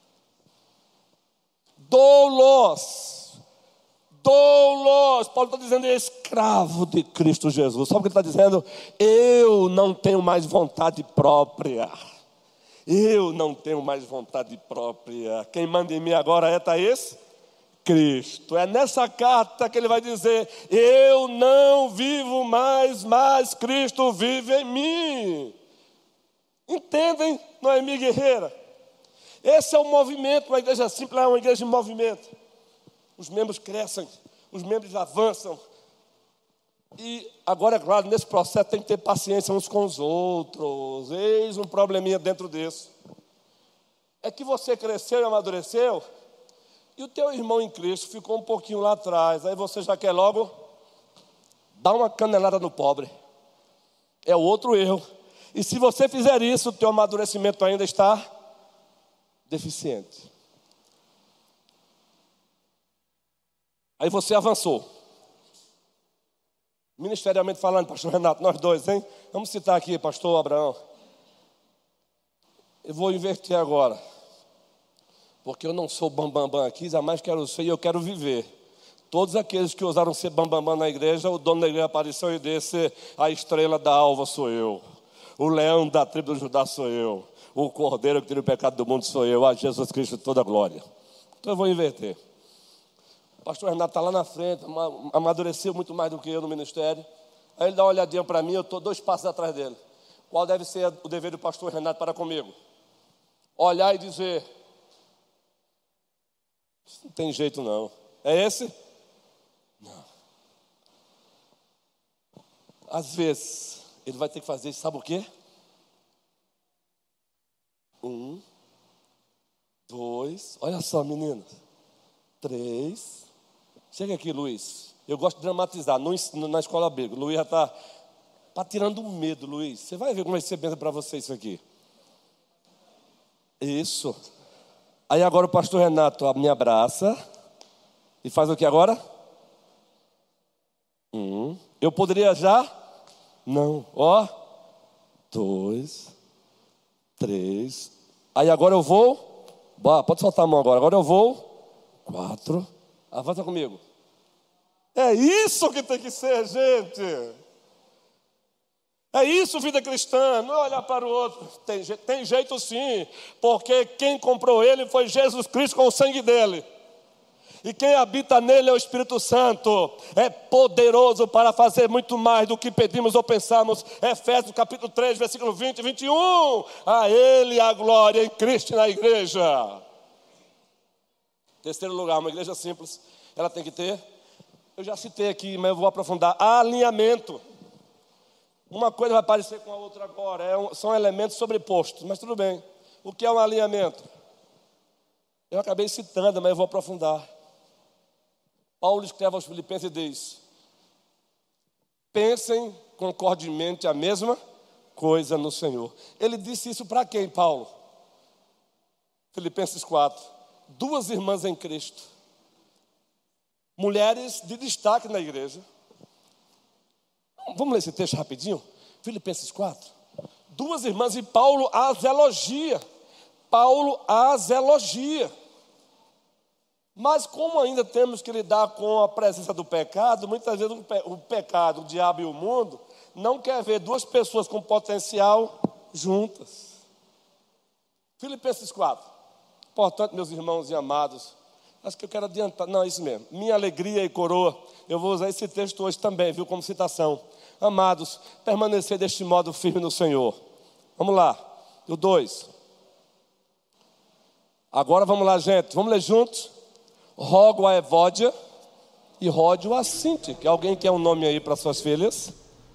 Doulos. Paulo está dizendo, escravo de Cristo Jesus. Sabe o que ele está dizendo? Eu não tenho mais vontade própria. Eu não tenho mais vontade própria. Quem manda em mim agora é Thaís? Cristo. É nessa carta que ele vai dizer, eu não vivo mais, mas Cristo vive em mim. Entendem, Noemi Guerreira? Esse é o movimento. Uma igreja simples é uma igreja em movimento. Os membros crescem, os membros avançam. E agora, é claro, nesse processo tem que ter paciência uns com os outros. Eis um probleminha dentro disso. É que você cresceu e amadureceu, e o teu irmão em Cristo ficou um pouquinho lá atrás. Aí você já quer logo dar uma canelada no pobre. É o outro erro. E se você fizer isso, o teu amadurecimento ainda está deficiente. Aí você avançou. Ministerialmente falando, pastor Renato, nós dois, hein? Vamos citar aqui, pastor Abraão. Eu vou inverter agora. Porque eu não sou bambambam aqui, jamais quero ser e eu quero viver. Todos aqueles que ousaram ser bambambam na igreja, o dono da igreja apareceu e disse, a estrela da alva sou eu. O leão da tribo do Judá sou eu. O cordeiro que tira o pecado do mundo sou eu. A Jesus Cristo toda a glória. Então eu vou inverter. O pastor Renato está lá na frente, amadureceu muito mais do que eu no ministério. Aí ele dá uma olhadinha para mim, eu estou 2 passos atrás dele. Qual deve ser o dever do pastor Renato para comigo? Olhar e dizer, isso não tem jeito não. É esse? Não. Às vezes, ele vai ter que fazer, sabe o quê? 1, 2, olha só meninas, 3, chega aqui Luiz, eu gosto de dramatizar, na escola bíblica, Luiz já está tirando um medo, Luiz, você vai ver como vai ser bênção para você isso aqui. Isso. Aí agora o pastor Renato me abraça e faz o que agora? Eu poderia já? Não. Ó, 2, 3. Aí agora eu vou. Pode soltar a mão agora. Agora eu vou. 4. Avança comigo. É isso que tem que ser, gente. É isso, vida cristã. Não olhar para o outro. Tem jeito sim. Porque quem comprou ele foi Jesus Cristo com o sangue dele. E quem habita nele é o Espírito Santo. É poderoso para fazer muito mais do que pedimos ou pensamos. Efésios capítulo 3, versículo 20 e 21. A ele a glória em Cristo e na igreja. Terceiro lugar, uma igreja simples. Ela tem que ter, eu já citei aqui, mas eu vou aprofundar, alinhamento. Uma coisa vai parecer com a outra agora. São elementos sobrepostos, mas tudo bem. O que é um alinhamento? Eu acabei citando, mas eu vou aprofundar. Paulo escreve aos Filipenses e diz: pensem concordemente a mesma coisa no Senhor. Ele disse isso para quem, Paulo? Filipenses 4. 2 irmãs em Cristo, mulheres de destaque na igreja. Vamos ler esse texto rapidinho? Filipenses 4. 2 irmãs, e Paulo as elogia. Paulo as elogia. Mas como ainda temos que lidar com a presença do pecado, muitas vezes o pecado, o diabo e o mundo, não quer ver 2 pessoas com potencial juntas. Filipenses 4. Portanto, meus irmãos e amados, acho que eu quero adiantar, não, é isso mesmo. Minha alegria e coroa, eu vou usar esse texto hoje também, viu, como citação. Amados, permanecer deste modo firme no Senhor. Vamos lá, o 2. Agora vamos lá, gente, vamos ler juntos. Rogo a Evódia e rogo a Sinti. Alguém quer um nome aí para suas filhas?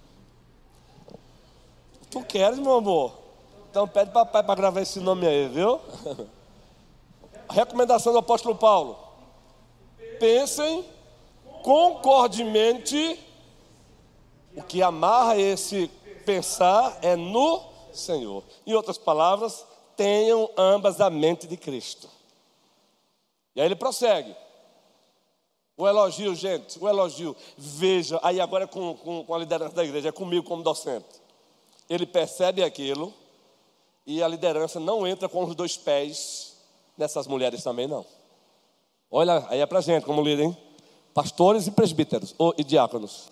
Tu queres, meu amor? Então pede papai para gravar esse nome aí, viu? A recomendação do apóstolo Paulo: pensem concordemente. O que amarra esse pensar é no Senhor. Em outras palavras, tenham ambas a mente de Cristo. E aí ele prossegue. O elogio, gente, o elogio. Veja, aí agora é com a liderança da igreja, é comigo como docente. Ele percebe aquilo e a liderança não entra com os 2 pés nessas mulheres também, não. Olha, aí é pra gente como líder, hein? Pastores e presbíteros e diáconos.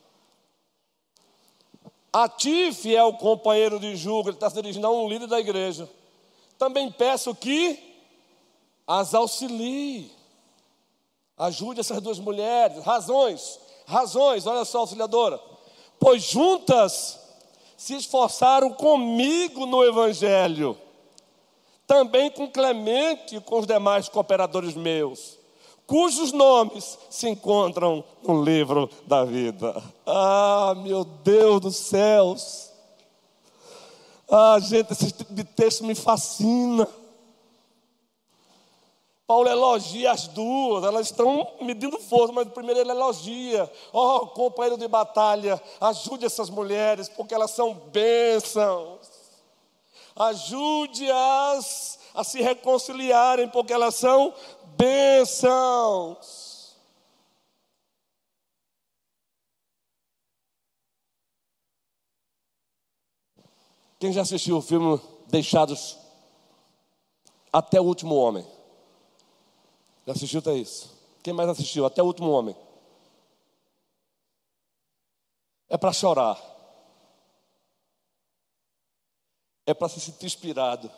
A ti, fiel companheiro de julgo, ele está se dirigindo a um líder da igreja. Também peço que as auxilie. Ajude essas 2 mulheres. Razões, olha só, auxiliadora. Pois juntas se esforçaram comigo no evangelho. Também com Clemente e com os demais cooperadores meus, cujos nomes se encontram no livro da vida. Ah, meu Deus dos céus. Ah, gente, esse tipo de texto me fascina. Paulo elogia as 2, elas estão medindo força, mas primeiro ele elogia. Oh, companheiro de batalha, ajude essas mulheres, porque elas são bênçãos. Ajude-as a se reconciliarem, porque elas são bênçãos. Quem já assistiu o filme Deixados até o Último Homem? Já assistiu até isso? Quem mais assistiu? Até o Último Homem. É para chorar. É para se sentir inspirado.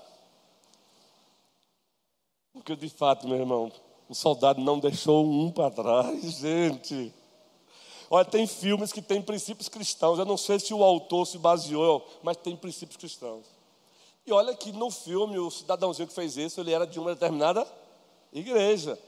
Porque de fato, meu irmão, o soldado não deixou um para trás, gente. Olha, tem filmes que têm princípios cristãos. Eu não sei se o autor se baseou, mas tem princípios cristãos. E olha que no filme, o cidadãozinho que fez isso, ele era de uma determinada igreja.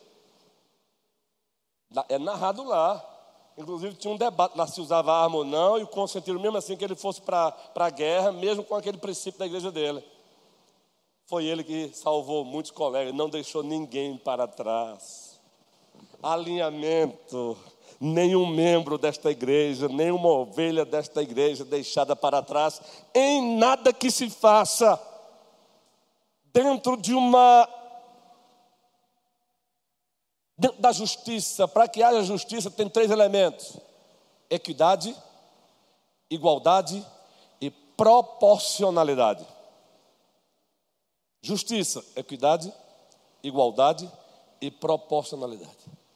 É narrado lá. Inclusive tinha um debate lá se usava arma ou não, e consentiram mesmo assim que ele fosse para a guerra, mesmo com aquele princípio da igreja dele. Foi ele que salvou muitos colegas, não deixou ninguém para trás. Alinhamento. Nenhum membro desta igreja, nenhuma ovelha desta igreja deixada para trás, em nada que se faça dentro da justiça. Para que haja justiça tem 3 elementos: equidade, igualdade e proporcionalidade. Justiça, equidade, igualdade e proporcionalidade.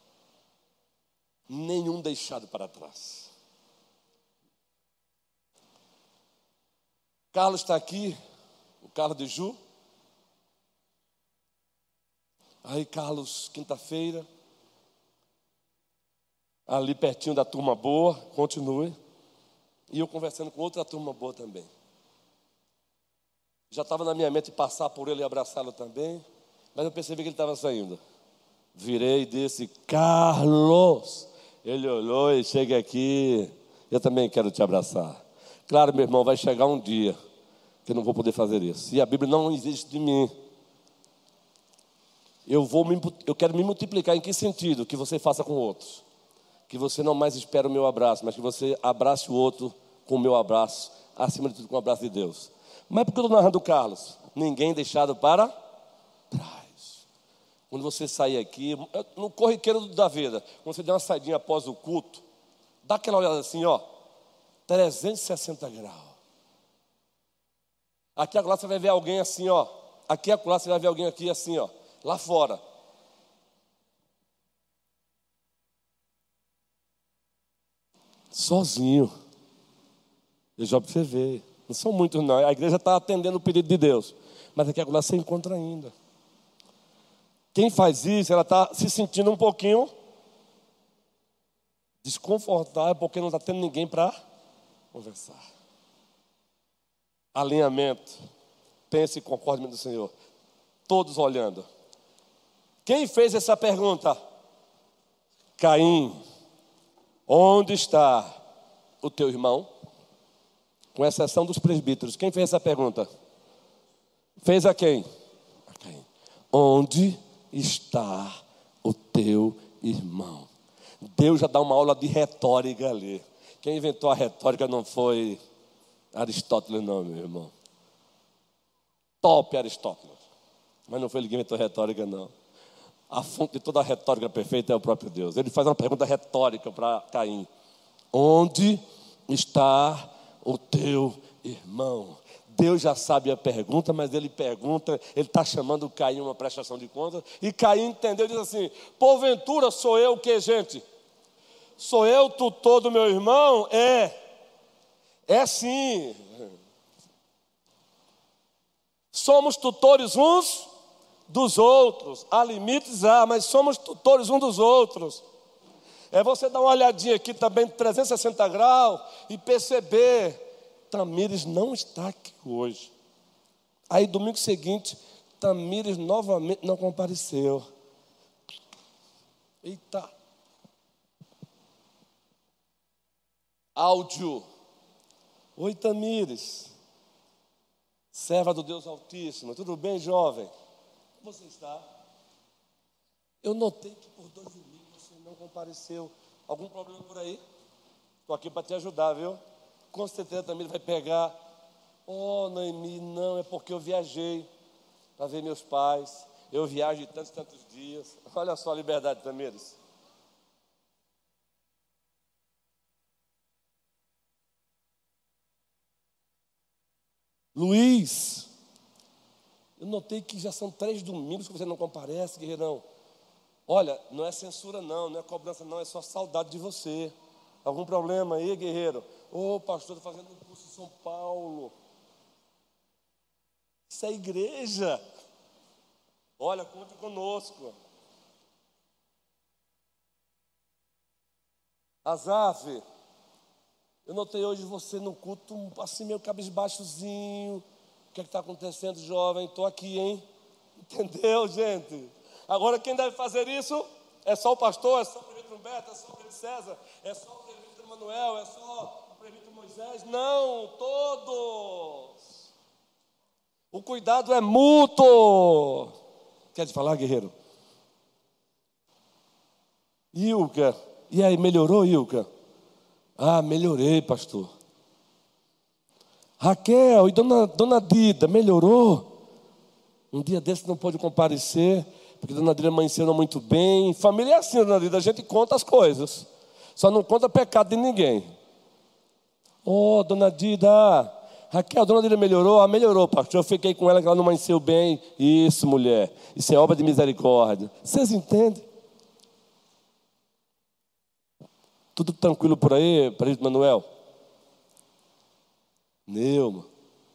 Nenhum deixado para trás. Carlos está aqui, o Carlos de Ju. Aí, Carlos, quinta-feira, ali pertinho da turma boa, continue. E eu conversando com outra turma boa também. Já estava na minha mente passar por ele e abraçá-lo também, mas eu percebi que ele estava saindo. Virei e disse: Carlos. Ele olhou e chega aqui, eu também quero te abraçar. Claro, meu irmão, vai chegar um dia que eu não vou poder fazer isso. E a Bíblia não existe de mim. Eu quero me multiplicar. Em que sentido? Que você faça com outros. Que você não mais espere o meu abraço, mas que você abrace o outro com o meu abraço, acima de tudo com o abraço de Deus. Mas por que eu estou narrando Carlos? Ninguém deixado para trás. Quando você sair aqui, no corriqueiro da vida, quando você der uma saidinha após o culto, dá aquela olhada assim, ó, 360 graus. Aqui agora você vai ver alguém assim, ó. Aqui agora você vai ver alguém aqui assim, ó. Lá fora. Sozinho. Eu já observei. Não são muitos não. A igreja está atendendo o pedido de Deus. Mas aqui agora você encontra ainda. Quem faz isso, ela está se sentindo um pouquinho desconfortável, porque não está tendo ninguém para conversar. Alinhamento. Pense e concorde do Senhor. Todos olhando. Quem fez essa pergunta? Caim. Onde está o teu irmão? Com exceção dos presbíteros. Quem fez essa pergunta? Fez a quem? A Caim. Onde está o teu irmão? Deus já dá uma aula de retórica ali. Quem inventou a retórica não foi Aristóteles não, meu irmão. Top Aristóteles. Mas não foi ele que inventou a retórica não. A fonte de toda a retórica perfeita é o próprio Deus. Ele faz uma pergunta retórica para Caim. Onde está o teu irmão? Deus já sabe a pergunta, mas ele pergunta, ele está chamando Caim uma prestação de contas. E Caim entendeu e diz assim: porventura sou eu o que, gente? Sou eu tutor do meu irmão? É sim. Somos tutores uns dos outros. Há limites, mas somos tutores uns dos outros. É você dar uma olhadinha aqui também, 360 graus, e perceber, Tamires não está aqui hoje. Aí domingo seguinte, Tamires novamente não compareceu. Eita. Áudio. Oi, Tamires. Serva do Deus Altíssimo. Tudo bem, jovem? Como você está? Eu notei que por 2 domingos você não compareceu. Algum problema por aí? Estou aqui para te ajudar, viu? Com certeza também vai pegar. Oh, Noemi, não, é porque eu viajei para ver meus pais. Eu viajo de tantos dias. Olha só a liberdade, Tamires. Luiz, eu notei que já são 3 domingos que você não comparece, guerreirão. Olha, não é censura não é cobrança não, é só saudade de você. Algum problema aí, guerreiro? Ô, pastor, estou fazendo um curso em São Paulo. Isso é igreja. Olha, conte conosco. Azaf, eu notei hoje você no culto, assim meio cabisbaixozinho. O que é que está acontecendo, jovem? Estou aqui, hein? Entendeu, gente? Agora quem deve fazer isso? É só o pastor, é só o presbítero Humberto, é só o presbítero César, é só o presbítero Manuel, é só o presbítero Moisés? Não, todos. O cuidado é mútuo. Quer te falar, guerreiro? Ilka, e aí, melhorou, Ilka? Ah, melhorei, pastor. Raquel e dona Dida, melhorou? Um dia desse não pôde comparecer, porque dona Dida amanheceu muito bem. Família é assim, dona Dida, a gente conta as coisas, só não conta pecado de ninguém. Oh, dona Dida, Raquel, a dona dele melhorou? Ah, melhorou, pastor. Eu fiquei com ela que ela não amanheceu bem. Isso, mulher. Isso é obra de misericórdia. Vocês entendem? Tudo tranquilo por aí, presbítero Manuel? Neuma.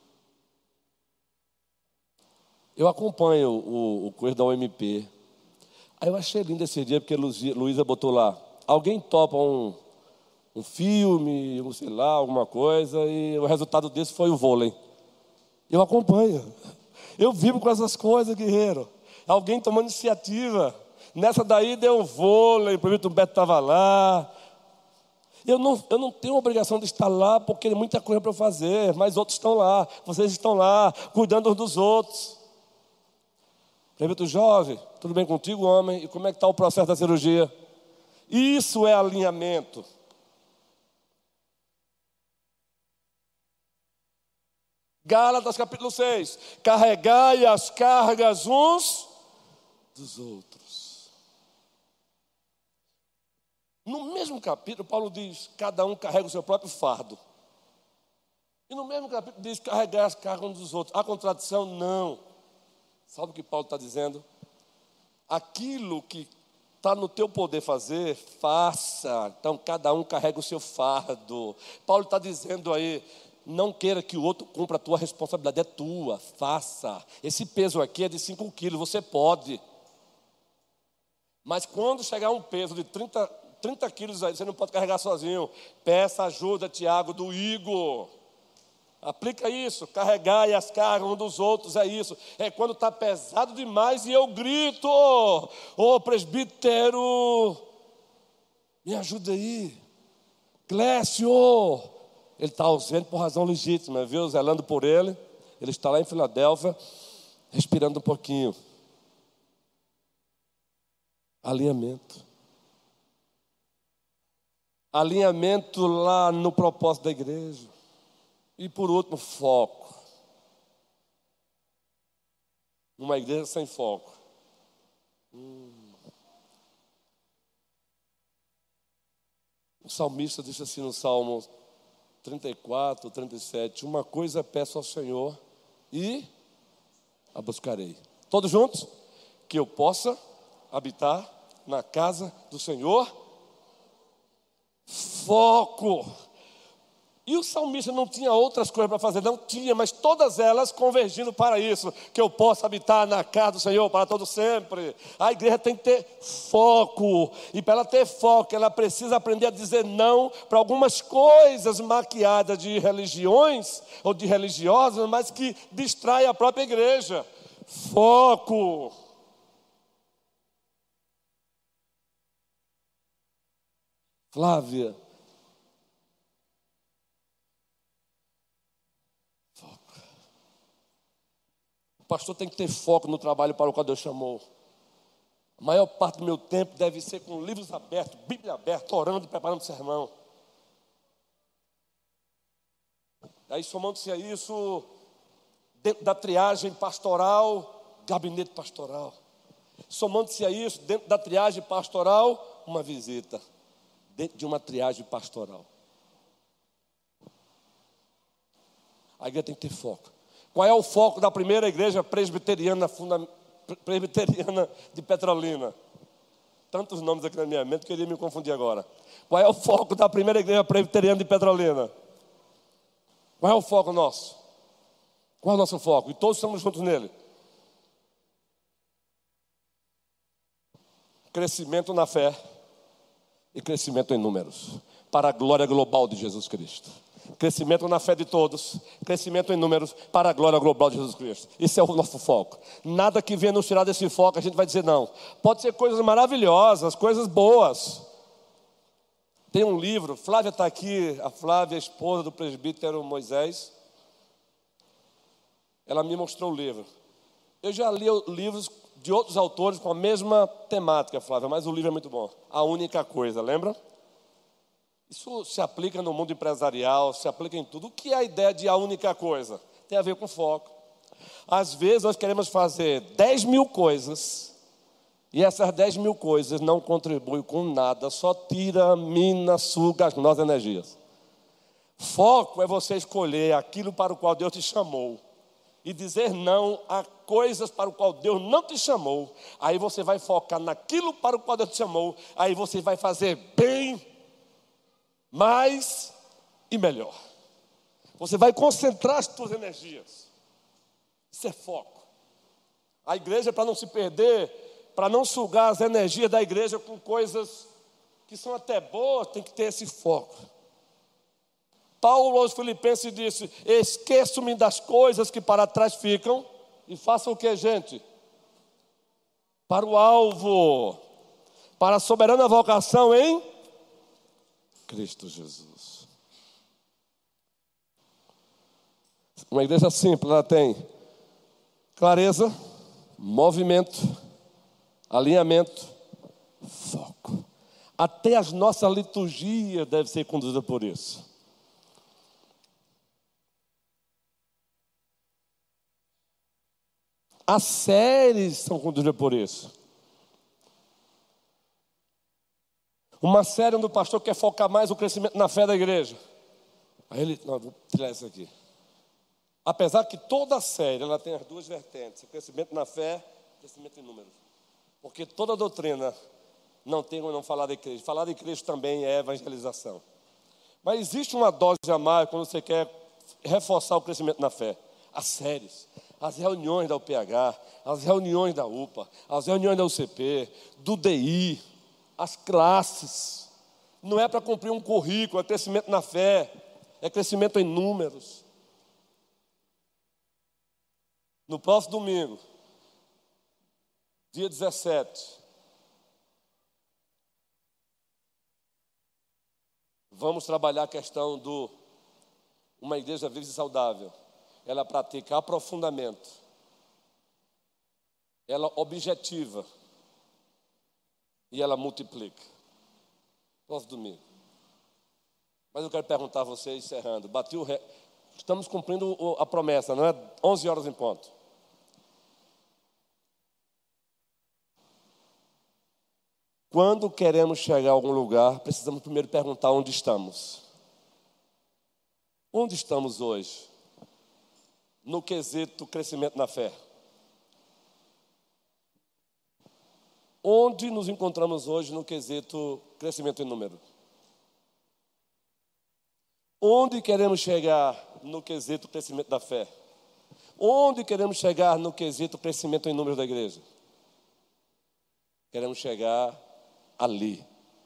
Eu acompanho o coisa da OMP. Aí eu achei lindo esse dia, porque Luísa botou lá. Alguém topa um filme, sei lá, alguma coisa, e o resultado desse foi o vôlei. Eu acompanho. Eu vivo com essas coisas, guerreiro. Alguém tomando iniciativa. Nessa daí deu um vôlei, o presbítero Beto estava lá. Eu não tenho obrigação de estar lá, porque tem muita coisa para eu fazer, mas outros estão lá, vocês estão lá, cuidando uns dos outros. Presbítero Jovem, tudo bem contigo, homem? E como é que está o processo da cirurgia? Isso é alinhamento. Gálatas capítulo 6. Carregai as cargas uns dos outros. No mesmo capítulo, Paulo diz, cada um carrega o seu próprio fardo. E no mesmo capítulo diz, carregai as cargas uns dos outros. Há contradição? Não. Sabe o que Paulo está dizendo? Aquilo que está no teu poder fazer, faça. Então cada um carrega o seu fardo. Paulo está dizendo aí, não queira que o outro cumpra a tua responsabilidade, é tua, faça. Esse peso aqui é de 5 quilos, você pode. Mas quando chegar um peso de 30 quilos aí, você não pode carregar sozinho. Peça ajuda, Tiago, do Igor. Aplica isso, carregai as cargas um dos outros, é isso. É quando está pesado demais e eu grito, ô presbítero, me ajuda aí. Clécio, ele está ausente por razão legítima, viu? Zelando por ele. Ele está lá em Filadélfia, respirando um pouquinho. Alinhamento. Alinhamento lá no propósito da igreja. E por último, foco. Uma igreja sem foco. O salmista disse assim no Salmo 34, 37. Uma coisa peço ao Senhor e a buscarei. Todos juntos? Que eu possa habitar na casa do Senhor. Foco. E o salmista não tinha outras coisas para fazer, não tinha, mas todas elas convergindo para isso, que eu possa habitar na casa do Senhor para todo sempre. A igreja tem que ter foco, e para ela ter foco, ela precisa aprender a dizer não para algumas coisas maquiadas de religiões ou de religiosas, mas que distrai a própria igreja. Foco. Flávia, o pastor tem que ter foco no trabalho para o qual Deus chamou. A maior parte do meu tempo deve ser com livros abertos, Bíblia aberta, orando e preparando o sermão. Aí, somando-se a isso, dentro da triagem pastoral, gabinete pastoral. Somando-se a isso, dentro da triagem pastoral, uma visita. Dentro de uma triagem pastoral. A igreja tem que ter foco. Qual é o foco da primeira igreja presbiteriana de Petrolina? Tantos nomes aqui na minha mente, queria me confundir agora. Qual é o foco da primeira igreja presbiteriana de Petrolina? Qual é o foco nosso? Qual é o nosso foco? E todos estamos juntos nele. Crescimento na fé e crescimento em números, para a glória global de Jesus Cristo. Crescimento na fé de todos, crescimento em números para a glória global de Jesus Cristo. Esse é o nosso foco. Nada que venha nos tirar desse foco, a gente vai dizer não. Pode ser coisas maravilhosas, coisas boas. Tem um livro, Flávia está aqui, a Flávia, a esposa do presbítero Moisés. Ela me mostrou o livro. Eu já li livros de outros autores com a mesma temática, Flávia, mas o livro é muito bom. A Única Coisa, lembra? Isso se aplica no mundo empresarial, se aplica em tudo. O que é a ideia de a única coisa? Tem a ver com foco. Às vezes nós queremos fazer 10 mil coisas, e essas 10 mil coisas não contribuem com nada, só tira, mina, suga as nossas energias. Foco é você escolher aquilo para o qual Deus te chamou e dizer não a coisas para o qual Deus não te chamou. Aí você vai focar naquilo para o qual Deus te chamou. Aí você vai fazer bem, mais e melhor. Você vai concentrar as suas energias. Isso é foco. A igreja, para não se perder, para não sugar as energias da igreja com coisas que são até boas, tem que ter esse foco. Paulo aos Filipenses disse: esqueço-me das coisas que para trás ficam e façam o que, gente? Para o alvo, para a soberana vocação em Cristo Jesus. Uma igreja simples, ela tem clareza, movimento, alinhamento, foco. Até as nossas liturgias devem ser conduzidas por isso. As séries são conduzidas por isso. Uma série onde o pastor quer focar mais o crescimento na fé da igreja. Aí ele, não, vou tirar isso aqui. Apesar que toda série, ela tem as duas vertentes. Crescimento na fé, crescimento em números. Porque toda doutrina não tem como não falar de Cristo. Falar de Cristo também é evangelização. Mas existe uma dose a mais quando você quer reforçar o crescimento na fé. As séries, as reuniões da UPH, as reuniões da UPA, as reuniões da UCP, do DI, as classes. Não é para cumprir um currículo, é crescimento na fé, é crescimento em números. No próximo domingo, dia 17, vamos trabalhar a questão do uma igreja viva e saudável. Ela pratica aprofundamento, ela objetiva e ela multiplica. Próximo domingo. Mas eu quero perguntar a vocês, encerrando, estamos cumprindo a promessa, não é? 11 horas em ponto. Quando queremos chegar a algum lugar, precisamos primeiro perguntar onde estamos. Onde estamos hoje? No quesito crescimento na fé. Onde nos encontramos hoje no quesito crescimento em número? Onde queremos chegar no quesito crescimento da fé? Onde queremos chegar no quesito crescimento em número da igreja? Queremos chegar ali.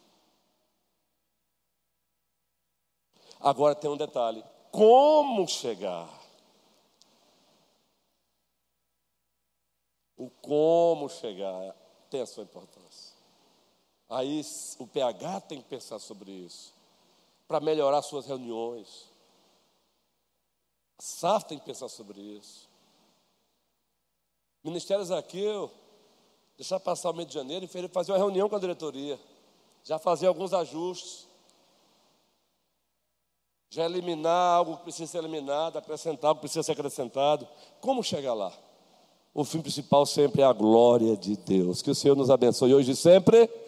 Agora tem um detalhe: como chegar? O como chegar tem a sua importância. Aí o PH tem que pensar sobre isso, para melhorar suas reuniões. A SAF tem que pensar sobre isso. Ministérios aqui, eu deixar passar o mês de janeiro e fazer uma reunião com a diretoria. Já fazer alguns ajustes. Já eliminar algo que precisa ser eliminado, acrescentar algo que precisa ser acrescentado. Como chegar lá? O fim principal sempre é a glória de Deus. Que o Senhor nos abençoe hoje e sempre.